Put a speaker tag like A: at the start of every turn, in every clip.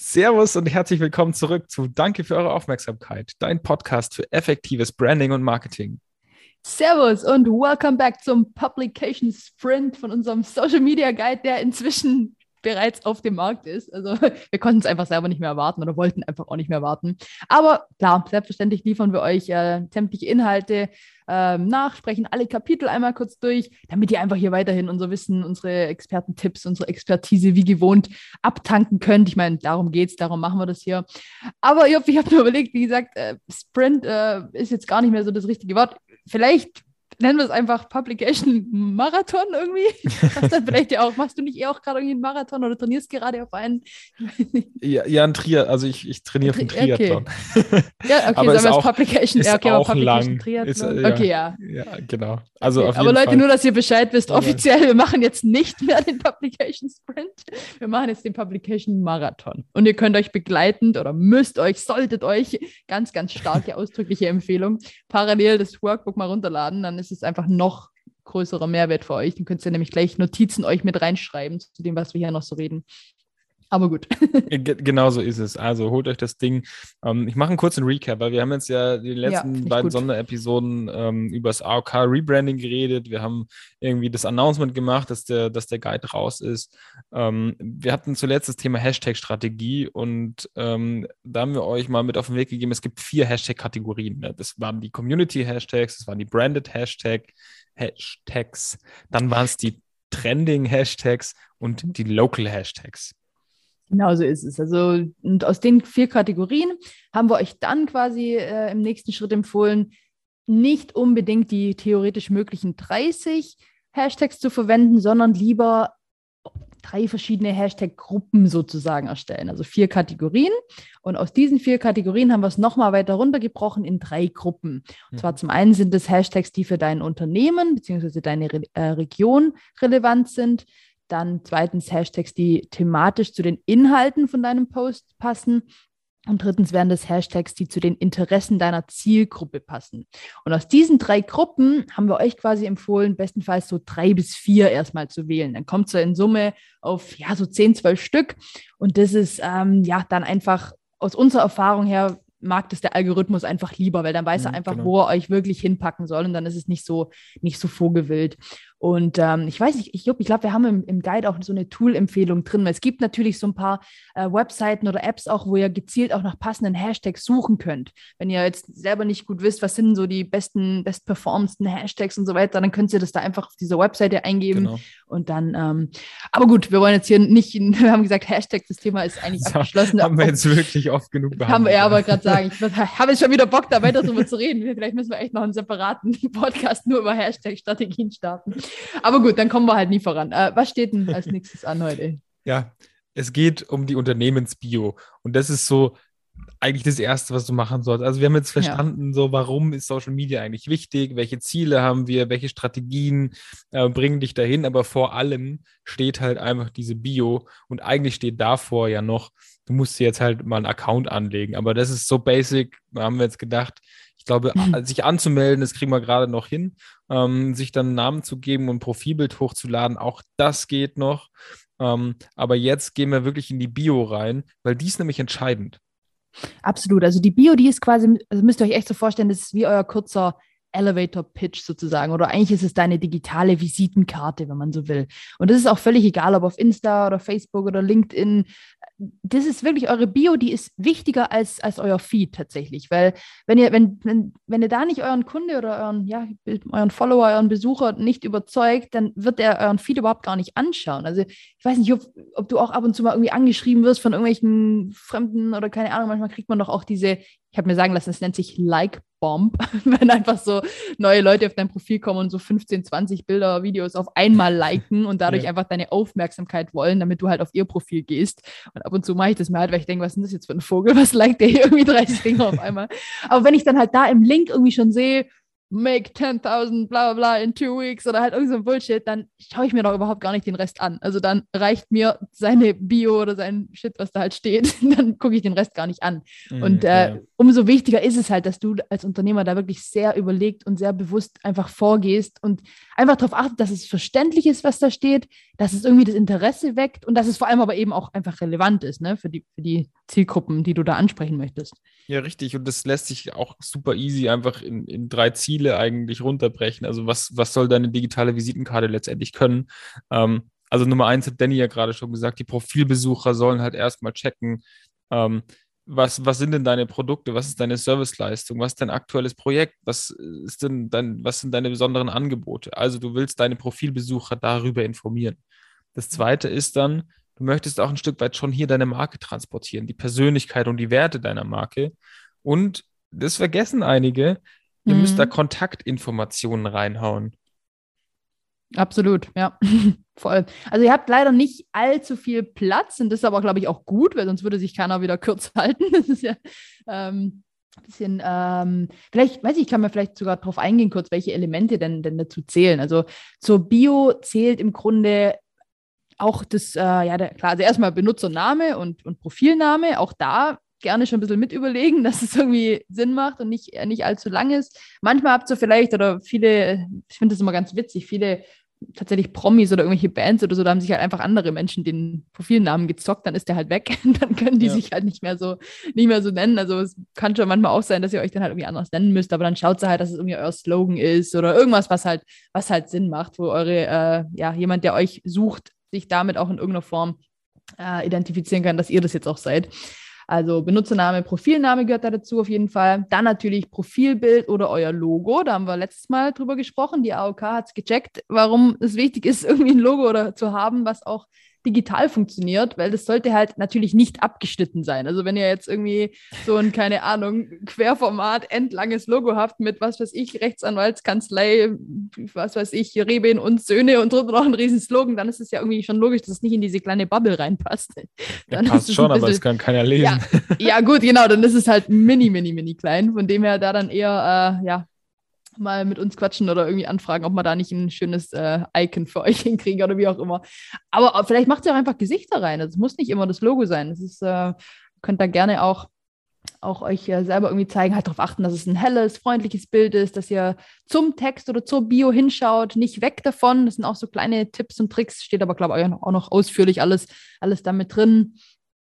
A: Servus und herzlich willkommen zurück zu Danke für eure Aufmerksamkeit, dein Podcast für effektives Branding und Marketing.
B: Servus und welcome back zum Publication Sprint von unserem Social Media Guide, der inzwischen bereits auf dem Markt ist. Also wir konnten es einfach selber nicht mehr erwarten oder wollten einfach auch nicht mehr warten. Aber klar, selbstverständlich liefern wir euch sämtliche Inhalte nach, sprechen alle Kapitel einmal kurz durch, damit ihr einfach hier weiterhin unser Wissen, unsere Expertentipps, unsere Expertise wie gewohnt abtanken könnt. Ich meine, darum geht's, darum machen wir das hier. Aber ich habe nur überlegt, wie gesagt, Sprint ist jetzt gar nicht mehr so das richtige Wort. Vielleicht nennen wir es einfach Publication Marathon irgendwie. Machst du nicht eher auch gerade irgendwie einen Marathon oder trainierst gerade auf einen?
A: Ja, ein Triathlon. Also ich trainiere für einen Triathlon.
B: Okay. Ja, okay,
A: aber
B: sagen wir es Publication.
A: Ist
B: ja, okay,
A: auch
B: aber Publication
A: lang.
B: Triathlon.
A: Ja,
B: okay, ja.
A: Ja, genau. Also
B: okay.
A: auf jeden
B: Aber Leute,
A: Fall.
B: nur, dass ihr Bescheid wisst, offiziell, wir machen jetzt nicht mehr den Publication Sprint. Wir machen jetzt den Publication Marathon. Und ihr könnt euch begleitend oder solltet euch, ganz, ganz starke ausdrückliche Empfehlung, parallel das Workbook mal runterladen, dann ist es einfach noch größerer Mehrwert für euch. Dann könnt ihr nämlich gleich Notizen euch mit reinschreiben zu dem, was wir hier noch so reden. Aber gut.
A: Genau so ist es. Also holt euch das Ding. Ich mache einen kurzen Recap, weil wir haben jetzt ja die letzten beiden Sonderepisoden über das AOK Rebranding geredet. Wir haben irgendwie das Announcement gemacht, dass der Guide raus ist. Wir hatten zuletzt das Thema Hashtag-Strategie und da haben wir euch mal mit auf den Weg gegeben, es gibt 4 Hashtag-Kategorien. Ne? Das waren die Community-Hashtags, das waren die Branded-Hashtags, dann waren es die Trending-Hashtags und die Local-Hashtags.
B: Genau so ist es. Also, und aus den 4 Kategorien haben wir euch dann quasi im nächsten Schritt empfohlen, nicht unbedingt die theoretisch möglichen 30 Hashtags zu verwenden, sondern lieber 3 verschiedene Hashtag-Gruppen sozusagen erstellen. Also 4 Kategorien. Und aus diesen 4 Kategorien haben wir es nochmal weiter runtergebrochen in 3 Gruppen. Und zwar zum einen sind es Hashtags, die für dein Unternehmen bzw. deine Region relevant sind. Dann zweitens Hashtags, die thematisch zu den Inhalten von deinem Post passen. Und drittens wären das Hashtags, die zu den Interessen deiner Zielgruppe passen. Und aus diesen 3 Gruppen haben wir euch quasi empfohlen, bestenfalls so 3 bis 4 erstmal zu wählen. Dann kommt es in Summe auf so 10, 12 Stück. Und das ist dann einfach aus unserer Erfahrung her, mag das der Algorithmus einfach lieber, weil dann weiß er einfach, wo er euch wirklich hinpacken soll und dann ist es nicht so vogelwild. Und ich weiß nicht, ich glaube, wir haben im Guide auch so eine Tool-Empfehlung drin, weil es gibt natürlich so ein paar Webseiten oder Apps auch, wo ihr gezielt auch nach passenden Hashtags suchen könnt. Wenn ihr jetzt selber nicht gut wisst, was sind so die bestperformendsten Hashtags und so weiter, dann könnt ihr das da einfach auf dieser Webseite eingeben. Genau. Und dann, aber gut, wir wollen jetzt hier nicht, wir haben gesagt, Hashtags, das Thema ist eigentlich abgeschlossen.
A: Haben wir jetzt wirklich oft genug behandelt.
B: Haben wir ja aber gerade sagen, ich habe jetzt schon wieder Bock, da weiter drüber zu reden. Vielleicht müssen wir echt noch einen separaten Podcast nur über Hashtag-Strategien starten. Aber gut, dann kommen wir halt nie voran. Was steht denn als nächstes an heute?
A: Ja, es geht um die Unternehmensbio. Und das ist so eigentlich das Erste, was du machen sollst. Also wir haben jetzt verstanden, so warum ist Social Media eigentlich wichtig, welche Ziele haben wir, welche Strategien bringen dich dahin, aber vor allem steht halt einfach diese Bio und eigentlich steht davor ja noch, du musst dir jetzt halt mal einen Account anlegen, aber das ist so basic, haben wir jetzt gedacht, ich glaube, sich anzumelden, das kriegen wir gerade noch hin, sich dann einen Namen zu geben und ein Profilbild hochzuladen, auch das geht noch, aber jetzt gehen wir wirklich in die Bio rein, weil die ist nämlich entscheidend.
B: Absolut. Also die Bio, die ist quasi, also müsst ihr euch echt so vorstellen, das ist wie euer kurzer Elevator-Pitch sozusagen. Oder eigentlich ist es deine digitale Visitenkarte, wenn man so will. Und das ist auch völlig egal, ob auf Insta oder Facebook oder LinkedIn. Das ist wirklich eure Bio, die ist wichtiger als euer Feed tatsächlich. Weil wenn ihr da nicht euren Kunde oder euren Follower, euren Besucher nicht überzeugt, dann wird er euren Feed überhaupt gar nicht anschauen. Also ich weiß nicht, ob du auch ab und zu mal irgendwie angeschrieben wirst von irgendwelchen Fremden oder keine Ahnung, manchmal kriegt man doch auch diese, ich habe mir sagen lassen, es nennt sich Like-Bomb, wenn einfach so neue Leute auf dein Profil kommen und so 15, 20 Bilder, Videos auf einmal liken und dadurch einfach deine Aufmerksamkeit wollen, damit du halt auf ihr Profil gehst. Und ab und zu mache ich das mir halt, weil ich denke, was ist das jetzt für ein Vogel? Was liked der hier irgendwie 30 Dinge auf einmal? Aber wenn ich dann halt da im Link irgendwie schon sehe, make 10.000 bla bla bla in 2 weeks oder halt irgend so ein Bullshit, dann schaue ich mir doch überhaupt gar nicht den Rest an. Also dann reicht mir seine Bio oder sein Shit, was da halt steht, dann gucke ich den Rest gar nicht an. Und umso wichtiger ist es halt, dass du als Unternehmer da wirklich sehr überlegt und sehr bewusst einfach vorgehst und einfach darauf achtet, dass es verständlich ist, was da steht, dass es irgendwie das Interesse weckt und dass es vor allem aber eben auch einfach relevant ist, ne, für die Zielgruppen, die du da ansprechen möchtest.
A: Ja, richtig. Und das lässt sich auch super easy einfach in 3 Ziele eigentlich runterbrechen. Also was soll deine digitale Visitenkarte letztendlich können? Also Nummer 1 hat Danny ja gerade schon gesagt, die Profilbesucher sollen halt erstmal checken, was sind denn deine Produkte, was ist deine Serviceleistung, was ist dein aktuelles Projekt, was sind deine besonderen Angebote? Also du willst deine Profilbesucher darüber informieren. Das Zweite ist dann, du möchtest auch ein Stück weit schon hier deine Marke transportieren, die Persönlichkeit und die Werte deiner Marke. Und das vergessen einige, ihr müsst da Kontaktinformationen reinhauen.
B: Absolut, ja, voll. Also ihr habt leider nicht allzu viel Platz und das ist aber, glaube ich, auch gut, weil sonst würde sich keiner wieder kurz halten. Das ist ja ein bisschen, vielleicht, weiß ich, kann man vielleicht sogar darauf eingehen kurz, welche Elemente denn dazu zählen. Also zur Bio zählt im Grunde auch das, klar, also erstmal Benutzername und Profilname, auch da gerne schon ein bisschen mit überlegen, dass es irgendwie Sinn macht und nicht allzu lang ist. Manchmal habt ihr vielleicht, oder viele, ich finde das immer ganz witzig, viele tatsächlich Promis oder irgendwelche Bands oder so, da haben sich halt einfach andere Menschen den Profilnamen gezockt, dann ist der halt weg, dann können die sich halt nicht mehr so nennen. Also es kann schon manchmal auch sein, dass ihr euch dann halt irgendwie anders nennen müsst, aber dann schaut ihr halt, dass es irgendwie euer Slogan ist oder irgendwas, was halt Sinn macht, wo jemand, der euch sucht, sich damit auch in irgendeiner Form identifizieren kann, dass ihr das jetzt auch seid. Also Benutzername, Profilname gehört da dazu auf jeden Fall. Dann natürlich Profilbild oder euer Logo. Da haben wir letztes Mal drüber gesprochen. Die AOK hat es gecheckt, warum es wichtig ist, irgendwie ein Logo zu haben, was auch digital funktioniert, weil das sollte halt natürlich nicht abgeschnitten sein. Also wenn ihr jetzt irgendwie so ein, keine Ahnung, Querformat, endlanges Logo habt mit, was weiß ich, Rechtsanwaltskanzlei, was weiß ich, Rehbein und Söhne und drunter noch ein riesen Slogan, dann ist es ja irgendwie schon logisch, dass es nicht in diese kleine Bubble reinpasst. Dann
A: passt schon, aber es kann keiner lesen.
B: Ja, gut, genau, dann ist es halt mini klein. Von dem her da dann eher, mal mit uns quatschen oder irgendwie anfragen, ob wir da nicht ein schönes Icon für euch hinkriegen oder wie auch immer. Aber vielleicht macht ihr auch einfach Gesichter rein. Es muss nicht immer das Logo sein. Das ist, könnt da gerne auch euch selber irgendwie zeigen, halt darauf achten, dass es ein helles, freundliches Bild ist, dass ihr zum Text oder zur Bio hinschaut, nicht weg davon. Das sind auch so kleine Tipps und Tricks, steht aber, glaube ich, auch noch ausführlich alles damit drin.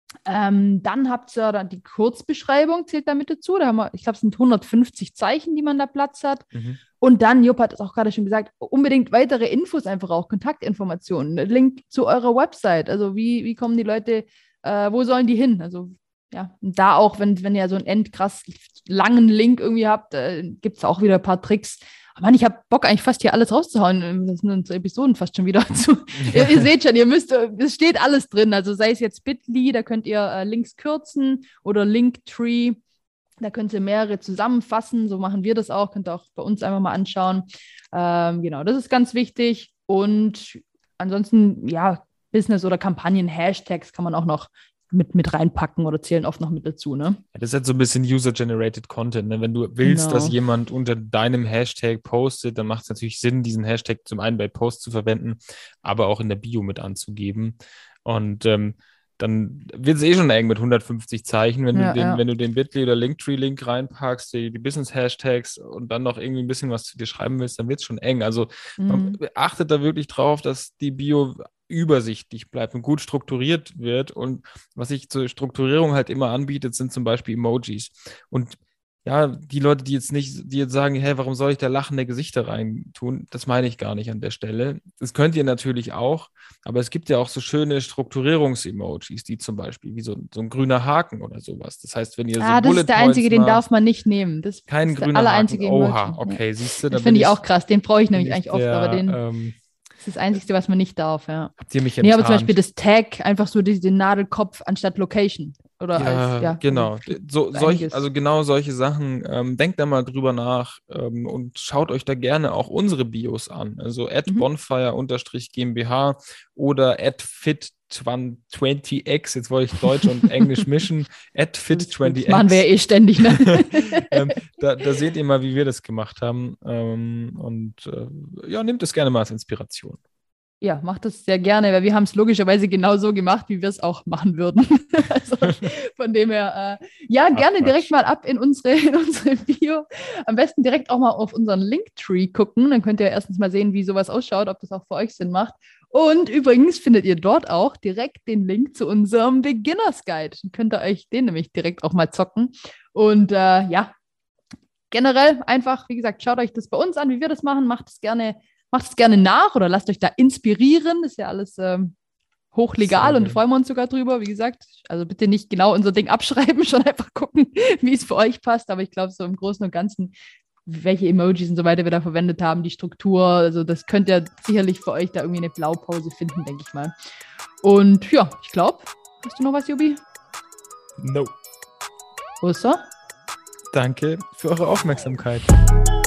B: Dann habt ihr dann die Kurzbeschreibung, zählt damit dazu. Da haben wir, ich glaube, es sind 150 Zeichen, die man da Platz hat. Und dann, Jupp hat es auch gerade schon gesagt, unbedingt weitere Infos einfach auch, Kontaktinformationen, Link zu eurer Website. Also wie kommen die Leute, wo sollen die hin? Also ja, da auch, wenn ihr so einen endkrass langen Link irgendwie habt, gibt es auch wieder ein paar Tricks. Mann, ich habe Bock, eigentlich fast hier alles rauszuhauen. Das sind unsere Episoden fast schon wieder zu. Ihr seht schon, es steht alles drin. Also sei es jetzt Bitly, da könnt ihr Links kürzen oder Linktree, da könnt ihr mehrere zusammenfassen. So machen wir das auch. Könnt ihr auch bei uns einfach mal anschauen. Genau, das ist ganz wichtig. Und ansonsten, ja, Business- oder Kampagnen-Hashtags kann man auch noch mit reinpacken oder zählen oft noch mit dazu, ne?
A: Das ist halt so ein bisschen User-Generated Content, ne? Wenn du willst, dass jemand unter deinem Hashtag postet, dann macht es natürlich Sinn, diesen Hashtag zum einen bei Posts zu verwenden, aber auch in der Bio mit anzugeben. Und dann wird es schon eng mit 150 Zeichen, wenn du den Bitly oder Linktree-Link reinpackst, die Business-Hashtags und dann noch irgendwie ein bisschen was zu dir schreiben willst, dann wird es schon eng. Also achtet da wirklich drauf, dass die Bio übersichtlich bleibt und gut strukturiert wird. Und was ich zur Strukturierung halt immer anbietet, sind zum Beispiel Emojis. Und ja, die Leute, die jetzt sagen, hey, warum soll ich da lachende Gesichter reintun? Das meine ich gar nicht an der Stelle. Das könnt ihr natürlich auch, aber es gibt ja auch so schöne Strukturierungs-Emojis, die zum Beispiel wie so ein grüner Haken oder sowas. Das heißt, wenn ihr so
B: das ist der einzige, den darf man nicht nehmen. Das
A: kein
B: ist
A: grüner
B: der
A: Haken.
B: Oha,
A: okay, siehst du.
B: Das finde ich auch krass. Den brauche ich nämlich eigentlich oft, aber den das ist das Einzige, was man nicht darf, ja.
A: Habt ihr mich
B: enttarnt? Nee, aber zum Beispiel das Tag, einfach so den Nadelkopf anstatt Location. Oder
A: genau. Also genau solche Sachen. Denkt da mal drüber nach und schaut euch da gerne auch unsere Bios an. Also @bonfire_GmbH oder fit20x, jetzt wollte ich Deutsch und Englisch mischen, @fit20x.
B: Das machen wir ja ständig, ne?
A: Da seht ihr mal, wie wir das gemacht haben. Nehmt es gerne mal als Inspiration.
B: Ja, macht das sehr gerne, weil wir haben es logischerweise genau so gemacht, wie wir es auch machen würden. Also von dem her, gerne direkt mal ab in unsere Bio. Am besten direkt auch mal auf unseren Linktree gucken. Dann könnt ihr erstens mal sehen, wie sowas ausschaut, ob das auch für euch Sinn macht. Und übrigens findet ihr dort auch direkt den Link zu unserem Beginners Guide. Dann könnt ihr euch den nämlich direkt auch mal zocken. Und generell einfach, wie gesagt, schaut euch das bei uns an, wie wir das machen. Macht es gerne nach oder lasst euch da inspirieren. Das ist ja alles hochlegal und freuen wir uns sogar drüber. Wie gesagt, also bitte nicht genau unser Ding abschreiben, schon einfach gucken, wie es für euch passt. Aber ich glaube, so im Großen und Ganzen, welche Emojis und so weiter wir da verwendet haben, die Struktur, also das könnt ihr sicherlich für euch da irgendwie eine Blaupause finden, denke ich mal. Und ja, ich glaube, hast du noch was, Jubi?
A: No.
B: Wo ist er?
A: Danke für eure Aufmerksamkeit.